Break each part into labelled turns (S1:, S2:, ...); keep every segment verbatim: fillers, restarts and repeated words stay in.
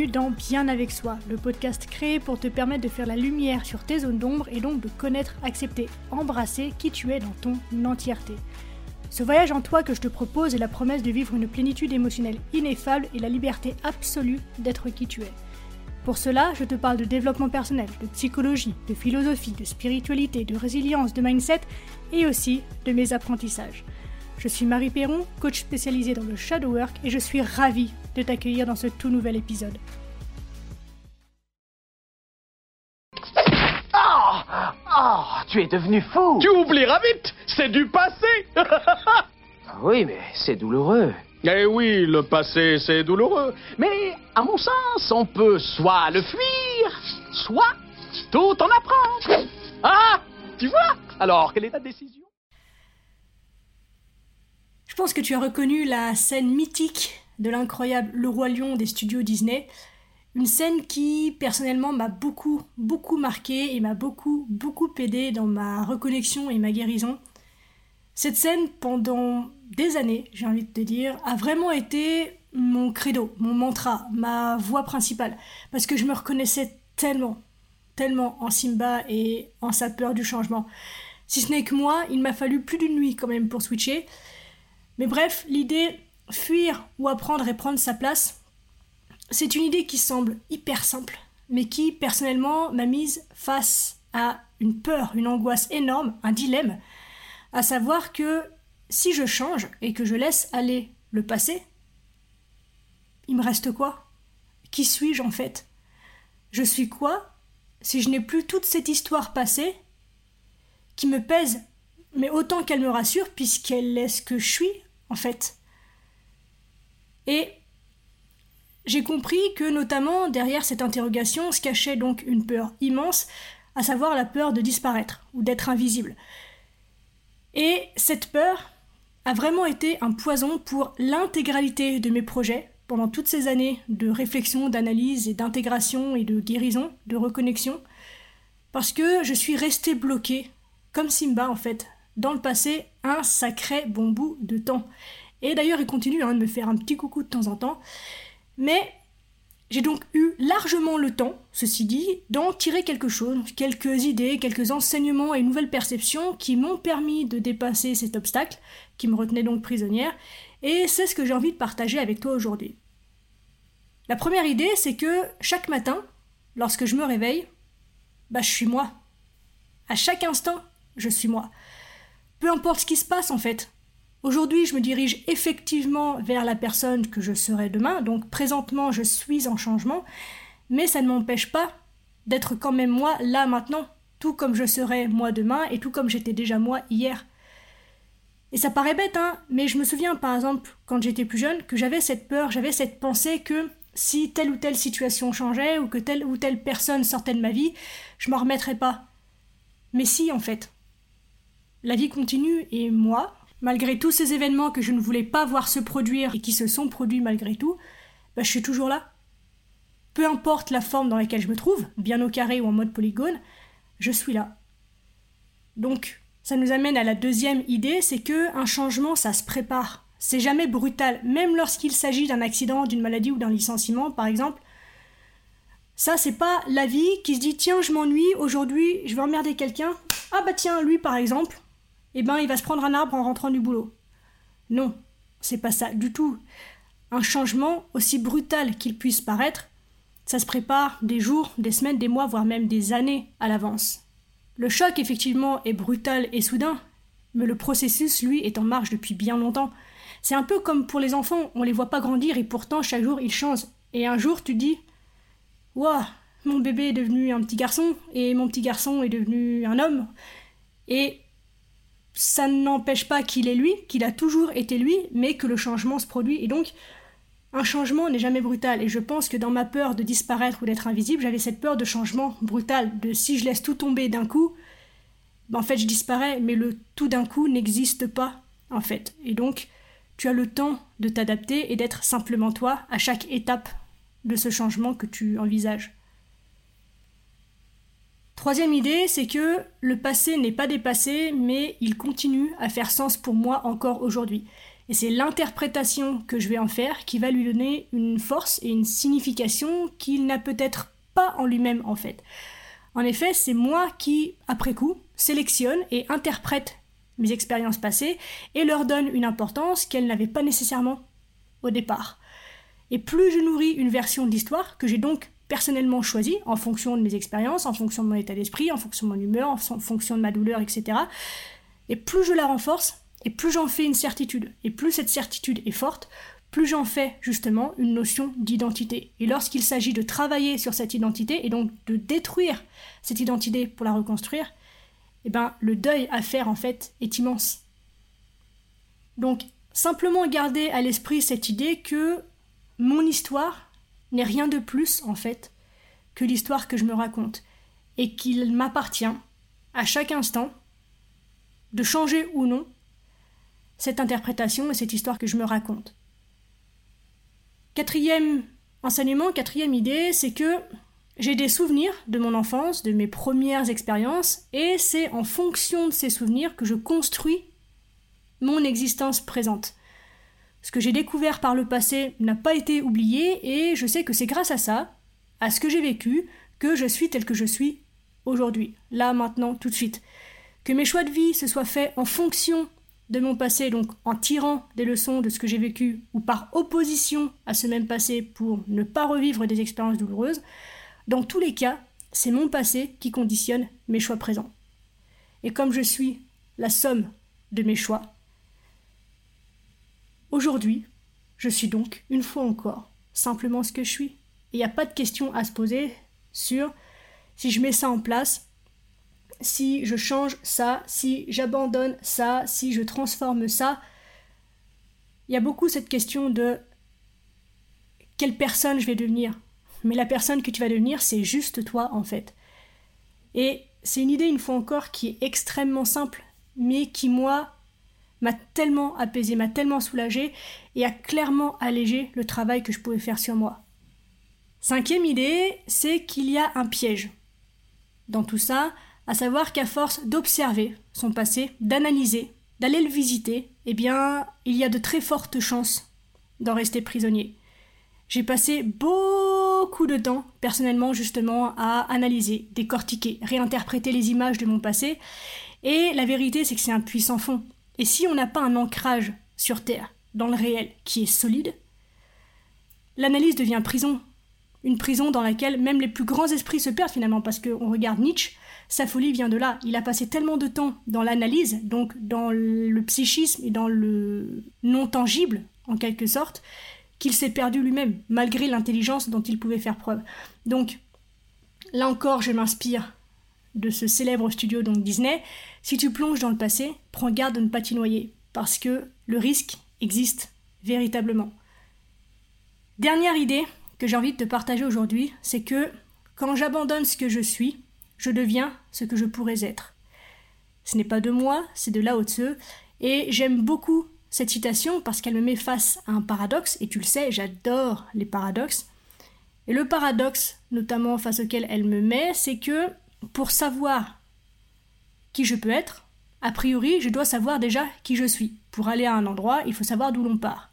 S1: bienvenue dans Bien avec soi, le podcast créé pour te permettre de faire la lumière sur tes zones d'ombre et donc de connaître, accepter, embrasser qui tu es dans ton entièreté. Ce voyage en toi que je te propose est la promesse de vivre une plénitude émotionnelle ineffable et la liberté absolue d'être qui tu es. Pour cela, je te parle de développement personnel, de psychologie, de philosophie, de spiritualité, de résilience, de mindset et aussi de mes apprentissages. Je suis Marie Perron, coach spécialisée dans le shadow work et je suis ravie de t'accueillir dans ce tout nouvel épisode.
S2: Oh, oh, tu es devenu fou.
S3: Tu oublieras vite, c'est du passé.
S2: Oui, mais c'est douloureux.
S3: Eh oui, le passé, c'est douloureux. Mais, à mon sens, on peut soit le fuir, soit tout en apprendre. Ah, tu vois? Alors, quelle est ta décision?
S1: Je pense que tu as reconnu la scène mythique de l'incroyable Le Roi Lion des studios Disney. Une scène qui, personnellement, m'a beaucoup, beaucoup marqué et m'a beaucoup, beaucoup aidé dans ma reconnexion et ma guérison. Cette scène, pendant des années, j'ai envie de te dire, a vraiment été mon credo, mon mantra, ma voix principale. Parce que je me reconnaissais tellement, tellement en Simba et en sa peur du changement. Si ce n'est que moi, il m'a fallu plus d'une nuit quand même pour switcher. Mais bref, l'idée fuir ou apprendre et prendre sa place, c'est une idée qui semble hyper simple, mais qui, personnellement, m'a mise face à une peur, une angoisse énorme, un dilemme, à savoir que si je change et que je laisse aller le passé, il me reste quoi? Qui suis-je en fait? Je suis quoi si je n'ai plus toute cette histoire passée qui me pèse, mais autant qu'elle me rassure puisqu'elle est ce que je suis en fait. Et j'ai compris que notamment derrière cette interrogation se cachait donc une peur immense, à savoir la peur de disparaître ou d'être invisible. Et cette peur a vraiment été un poison pour l'intégralité de mes projets pendant toutes ces années de réflexion, d'analyse et d'intégration et de guérison, de reconnexion, parce que je suis restée bloquée, comme Simba en fait, dans le passé, un sacré bon bout de temps. Et d'ailleurs, il continue hein, de me faire un petit coucou de temps en temps. Mais j'ai donc eu largement le temps, ceci dit, d'en tirer quelque chose, quelques idées, quelques enseignements et nouvelles perceptions qui m'ont permis de dépasser cet obstacle, qui me retenait donc prisonnière, et c'est ce que j'ai envie de partager avec toi aujourd'hui. La première idée, c'est que chaque matin, lorsque je me réveille, bah je suis moi. À chaque instant, je suis moi. Peu importe ce qui se passe en fait. Aujourd'hui, je me dirige effectivement vers la personne que je serai demain, donc présentement je suis en changement, mais ça ne m'empêche pas d'être quand même moi là maintenant, tout comme je serai moi demain et tout comme j'étais déjà moi hier. Et ça paraît bête, hein, mais je me souviens par exemple quand j'étais plus jeune que j'avais cette peur, j'avais cette pensée que si telle ou telle situation changeait ou que telle ou telle personne sortait de ma vie, je m'en remettrais pas. Mais si en fait. La vie continue et moi, malgré tous ces événements que je ne voulais pas voir se produire et qui se sont produits malgré tout, bah je suis toujours là. Peu importe la forme dans laquelle je me trouve, bien au carré ou en mode polygone, je suis là. Donc, ça nous amène à la deuxième idée, c'est que un changement, ça se prépare. C'est jamais brutal, même lorsqu'il s'agit d'un accident, d'une maladie ou d'un licenciement, par exemple. Ça, c'est pas la vie qui se dit « Tiens, je m'ennuie, aujourd'hui, je vais emmerder quelqu'un. Ah bah tiens, lui, par exemple. » eh ben, il va se prendre un arbre en rentrant du boulot. Non, c'est pas ça du tout. Un changement, aussi brutal qu'il puisse paraître, ça se prépare des jours, des semaines, des mois, voire même des années à l'avance. Le choc, effectivement, est brutal et soudain, mais le processus, lui, est en marche depuis bien longtemps. C'est un peu comme pour les enfants, on les voit pas grandir et pourtant, chaque jour, ils changent. Et un jour, tu te dis « Ouah, mon bébé est devenu un petit garçon, et mon petit garçon est devenu un homme. » Et ça n'empêche pas qu'il est lui, qu'il a toujours été lui, mais que le changement se produit. Et donc, un changement n'est jamais brutal. Et je pense que dans ma peur de disparaître ou d'être invisible, j'avais cette peur de changement brutal, de si je laisse tout tomber d'un coup, ben en fait je disparais, mais le tout d'un coup n'existe pas, en fait. Et donc, tu as le temps de t'adapter et d'être simplement toi à chaque étape de ce changement que tu envisages. Troisième idée, c'est que le passé n'est pas dépassé, mais il continue à faire sens pour moi encore aujourd'hui. Et c'est l'interprétation que je vais en faire qui va lui donner une force et une signification qu'il n'a peut-être pas en lui-même en fait. En effet, c'est moi qui, après coup, sélectionne et interprète mes expériences passées et leur donne une importance qu'elles n'avaient pas nécessairement au départ. Et plus je nourris une version de l'histoire que j'ai donc personnellement choisie en fonction de mes expériences, en fonction de mon état d'esprit, en fonction de mon humeur, en fonction de ma douleur, et cetera, et plus je la renforce, et plus j'en fais une certitude, et plus cette certitude est forte, plus j'en fais justement une notion d'identité. Et lorsqu'il s'agit de travailler sur cette identité, et donc de détruire cette identité pour la reconstruire, eh ben, le deuil à faire en fait est immense. Donc simplement garder à l'esprit cette idée que mon histoire n'est rien de plus en fait que l'histoire que je me raconte, et qu'il m'appartient à chaque instant de changer ou non cette interprétation et cette histoire que je me raconte. Quatrième enseignement, quatrième idée, c'est que j'ai des souvenirs de mon enfance, de mes premières expériences, et c'est en fonction de ces souvenirs que je construis mon existence présente. Ce que j'ai découvert par le passé n'a pas été oublié, et je sais que c'est grâce à ça, à ce que j'ai vécu, que je suis tel que je suis aujourd'hui, là, maintenant, tout de suite. Que mes choix de vie se soient faits en fonction de mon passé, donc en tirant des leçons de ce que j'ai vécu, ou par opposition à ce même passé pour ne pas revivre des expériences douloureuses, dans tous les cas, c'est mon passé qui conditionne mes choix présents. Et comme je suis la somme de mes choix, aujourd'hui, je suis donc, une fois encore, simplement ce que je suis. Et il n'y a pas de question à se poser sur si je mets ça en place, si je change ça, si j'abandonne ça, si je transforme ça. Il y a beaucoup cette question de quelle personne je vais devenir. Mais la personne que tu vas devenir, c'est juste toi en fait. Et c'est une idée, une fois encore, qui est extrêmement simple, mais qui, moi, m'a tellement apaisé, m'a tellement soulagé et a clairement allégé le travail que je pouvais faire sur moi. Cinquième idée, c'est qu'il y a un piège dans tout ça, à savoir qu'à force d'observer son passé, d'analyser, d'aller le visiter, eh bien, il y a de très fortes chances d'en rester prisonnier. J'ai passé beaucoup de temps, personnellement, justement, à analyser, décortiquer, réinterpréter les images de mon passé, et la vérité, c'est que c'est un puits sans fond. Et si on n'a pas un ancrage sur Terre, dans le réel, qui est solide, l'analyse devient prison. Une prison dans laquelle même les plus grands esprits se perdent finalement, parce qu'on regarde Nietzsche, sa folie vient de là. Il a passé tellement de temps dans l'analyse, donc dans le psychisme et dans le non-tangible, en quelque sorte, qu'il s'est perdu lui-même, malgré l'intelligence dont il pouvait faire preuve. Donc, là encore, je m'inspire de ce célèbre studio donc Disney. Si tu plonges dans le passé, prends garde de ne pas t'y noyer, parce que le risque existe véritablement. Dernière idée que j'ai envie de te partager aujourd'hui, c'est que quand j'abandonne ce que je suis, je deviens ce que je pourrais être. Ce n'est pas de moi, c'est de Lao Tzu, et j'aime beaucoup cette citation parce qu'elle me met face à un paradoxe, et tu le sais, j'adore les paradoxes. Et le paradoxe, notamment face auquel elle me met, c'est que pour savoir qui je peux être, a priori, je dois savoir déjà qui je suis. Pour aller à un endroit, il faut savoir d'où l'on part.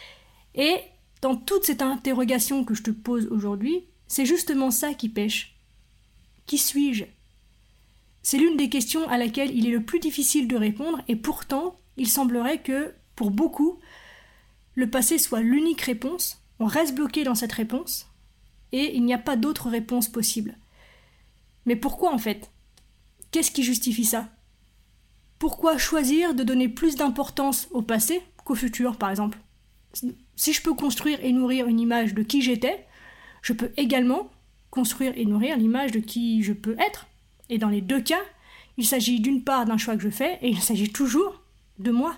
S1: Et dans toute cette interrogation que je te pose aujourd'hui, c'est justement ça qui pêche. Qui suis-je ? C'est l'une des questions à laquelle il est le plus difficile de répondre, et pourtant, il semblerait que, pour beaucoup, le passé soit l'unique réponse, on reste bloqué dans cette réponse, et il n'y a pas d'autre réponse possible. Mais pourquoi en fait ? Qu'est-ce qui justifie ça ? Pourquoi choisir de donner plus d'importance au passé qu'au futur, par exemple ? Si je peux construire et nourrir une image de qui j'étais, je peux également construire et nourrir l'image de qui je peux être. Et dans les deux cas, il s'agit d'une part d'un choix que je fais, et il s'agit toujours de moi.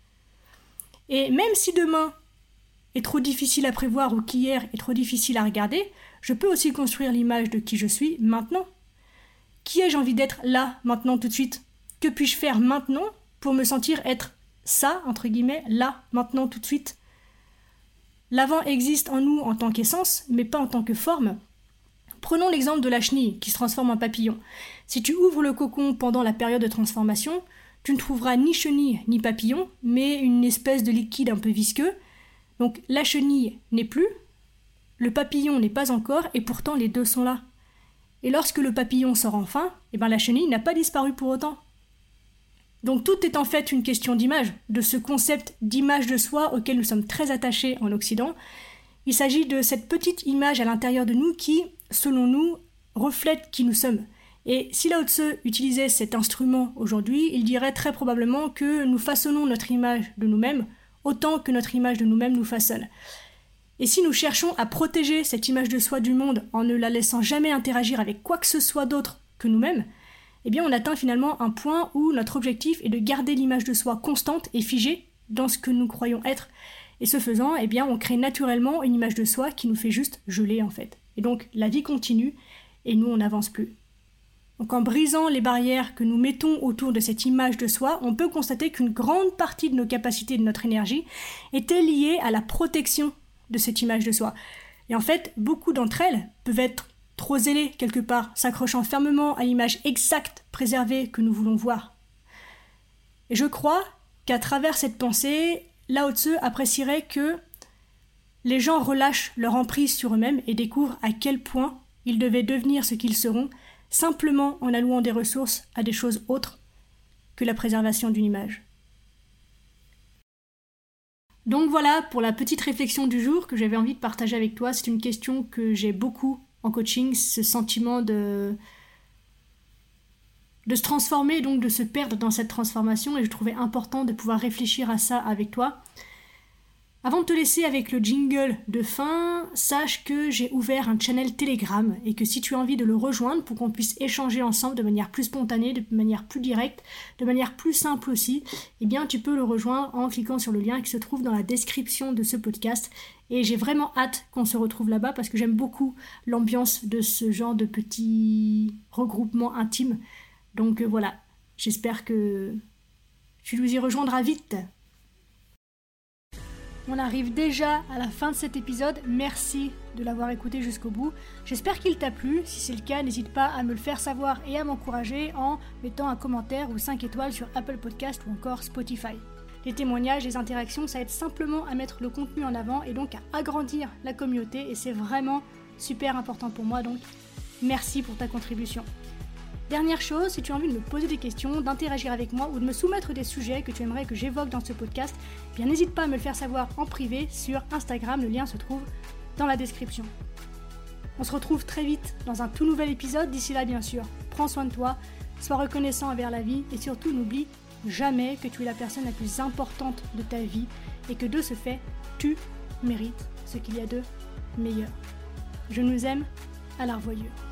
S1: Et même si demain est trop difficile à prévoir ou qu'hier est trop difficile à regarder, je peux aussi construire l'image de qui je suis maintenant. Qui ai-je envie d'être là, maintenant, tout de suite ? Que puis-je faire maintenant pour me sentir être ça, entre guillemets, là, maintenant, tout de suite ? L'avant existe en nous en tant qu'essence, mais pas en tant que forme. Prenons l'exemple de la chenille qui se transforme en papillon. Si tu ouvres le cocon pendant la période de transformation, tu ne trouveras ni chenille ni papillon, mais une espèce de liquide un peu visqueux. Donc la chenille n'est plus, le papillon n'est pas encore, et pourtant les deux sont là. Et lorsque le papillon sort enfin, eh ben la chenille n'a pas disparu pour autant. Donc tout est en fait une question d'image, de ce concept d'image de soi auquel nous sommes très attachés en Occident. Il s'agit de cette petite image à l'intérieur de nous qui, selon nous, reflète qui nous sommes. Et si Lao Tzu utilisait cet instrument aujourd'hui, il dirait très probablement que nous façonnons notre image de nous-mêmes autant que notre image de nous-mêmes nous façonne. Et si nous cherchons à protéger cette image de soi du monde en ne la laissant jamais interagir avec quoi que ce soit d'autre que nous-mêmes, eh bien on atteint finalement un point où notre objectif est de garder l'image de soi constante et figée dans ce que nous croyons être. Et ce faisant, eh bien on crée naturellement une image de soi qui nous fait juste geler en fait. Et donc la vie continue et nous on n'avance plus. Donc en brisant les barrières que nous mettons autour de cette image de soi, on peut constater qu'une grande partie de nos capacités et de notre énergie était liée à la protection de cette image de soi. Et en fait, beaucoup d'entre elles peuvent être trop zélées quelque part, s'accrochant fermement à l'image exacte préservée que nous voulons voir. Et je crois qu'à travers cette pensée, Lao Tzu apprécierait que les gens relâchent leur emprise sur eux-mêmes et découvrent à quel point ils devaient devenir ce qu'ils seront, simplement en allouant des ressources à des choses autres que la préservation d'une image. Donc voilà pour la petite réflexion du jour que j'avais envie de partager avec toi. C'est une question que j'ai beaucoup en coaching, ce sentiment de, de se transformer, donc de se perdre dans cette transformation, et je trouvais important de pouvoir réfléchir à ça avec toi. Avant de te laisser avec le jingle de fin, sache que j'ai ouvert un channel Telegram et que si tu as envie de le rejoindre pour qu'on puisse échanger ensemble de manière plus spontanée, de manière plus directe, de manière plus simple aussi, eh bien tu peux le rejoindre en cliquant sur le lien qui se trouve dans la description de ce podcast. Et j'ai vraiment hâte qu'on se retrouve là-bas parce que j'aime beaucoup l'ambiance de ce genre de petit regroupement intime. Donc euh, voilà, j'espère que tu nous y rejoindras vite. On arrive déjà à la fin de cet épisode, merci de l'avoir écouté jusqu'au bout. J'espère qu'il t'a plu, si c'est le cas, n'hésite pas à me le faire savoir et à m'encourager en mettant un commentaire ou cinq étoiles sur Apple Podcast ou encore Spotify. Les témoignages, les interactions, ça aide simplement à mettre le contenu en avant et donc à agrandir la communauté et c'est vraiment super important pour moi, donc merci pour ta contribution. Dernière chose, si tu as envie de me poser des questions, d'interagir avec moi ou de me soumettre des sujets que tu aimerais que j'évoque dans ce podcast, eh bien n'hésite pas à me le faire savoir en privé sur Instagram, le lien se trouve dans la description. On se retrouve très vite dans un tout nouvel épisode, d'ici là bien sûr, prends soin de toi, sois reconnaissant envers la vie et surtout n'oublie jamais que tu es la personne la plus importante de ta vie et que de ce fait, tu mérites ce qu'il y a de meilleur. Je nous aime, à la revoyure.